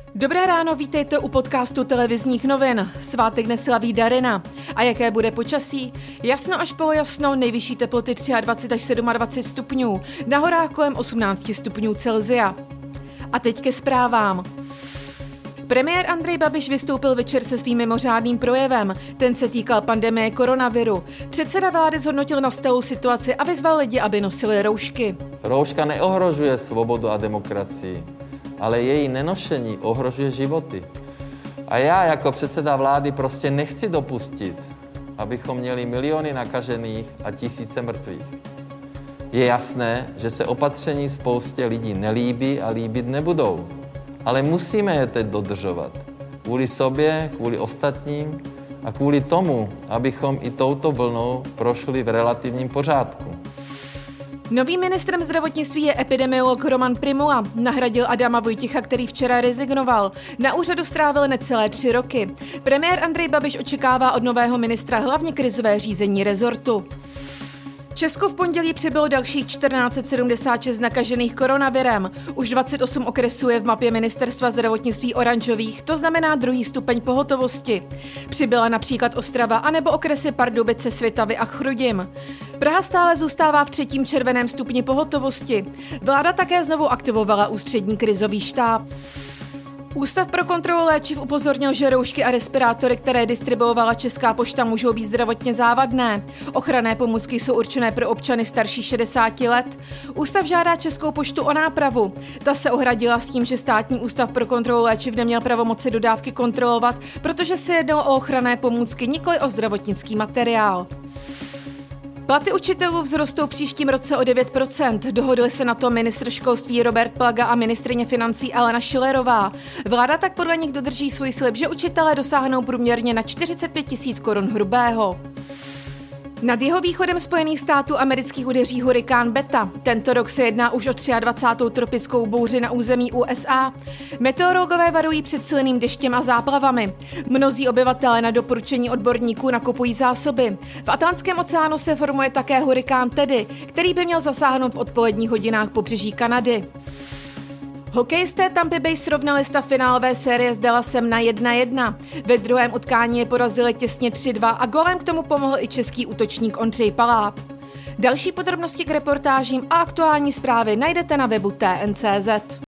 Dobré ráno, vítejte u podcastu televizních novin. Svátek neslaví Darina. A jaké bude počasí? Jasno až polojasno, nejvyšší teploty 23 až 27 stupňů, na horách kolem 18 stupňů Celsia. A teď ke zprávám. Premiér Andrej Babiš vystoupil večer se svým mimořádným projevem. Ten se týkal pandemie koronaviru. Předseda vlády zhodnotil nastalou situaci a vyzval lidi, aby nosili roušky. Rouška neohrožuje svobodu a demokracii, ale její nenošení ohrožuje životy. A já jako předseda vlády prostě nechci dopustit, abychom měli miliony nakažených a tisíce mrtvých. Je jasné, že se opatření spoustě lidí nelíbí a líbit nebudou. Ale musíme je teď dodržovat. Kvůli sobě, kvůli ostatním a kvůli tomu, abychom i touto vlnou prošli v relativním pořádku. Novým ministrem zdravotnictví je epidemiolog Roman Prymula. Nahradil Adama Vojtěcha, který včera rezignoval. Na úřadu strávil necelé 3 roky. Premiér Andrej Babiš očekává od nového ministra hlavně krizové řízení rezortu. Česko v pondělí přibylo dalších 1476 nakažených koronavirem. Už 28 okresů je v mapě ministerstva zdravotnictví oranžových, to znamená 2. stupeň pohotovosti. Přibyla například Ostrava anebo okresy Pardubice, Svitavy a Chrudim. Praha stále zůstává v 3. červeném stupni pohotovosti. Vláda také znovu aktivovala ústřední krizový štáb. Ústav pro kontrolu léčiv upozornil, že roušky a respirátory, které distribuovala Česká pošta, můžou být zdravotně závadné. Ochranné pomůcky jsou určené pro občany starší 60 let. Ústav žádá Českou poštu o nápravu. Ta se ohradila s tím, že Státní ústav pro kontrolu léčiv neměl pravomoci dodávky kontrolovat, protože se jednalo o ochranné pomůcky, nikoli o zdravotnický materiál. Platy učitelů vzrostou příštím roce o 9%. Dohodli se na to ministr školství Robert Plaga a ministryně financí Alena Schillerová. Vláda tak podle nich dodrží svůj slib, že učitelé dosáhnou průměrně na 45 000 korun hrubého. Nad jihovýchodem Spojených států amerických udeří hurikán Beta. Tento rok se jedná už o 23. tropickou bouři na území USA. Meteorologové varují před silným deštěm a záplavami. Mnozí obyvatelé na doporučení odborníků nakupují zásoby. V Atlantském oceánu se formuje také hurikán Teddy, který by měl zasáhnout v odpoledních hodinách pobřeží Kanady. Hokejisté Tampa Bay srovnali stav finálové série s Dallasem na 1-1. Ve druhém utkání je porazili těsně 3-2 a gólem k tomu pomohl i český útočník Ondřej Palát. Další podrobnosti k reportážím a aktuální zprávy najdete na webu TN.cz.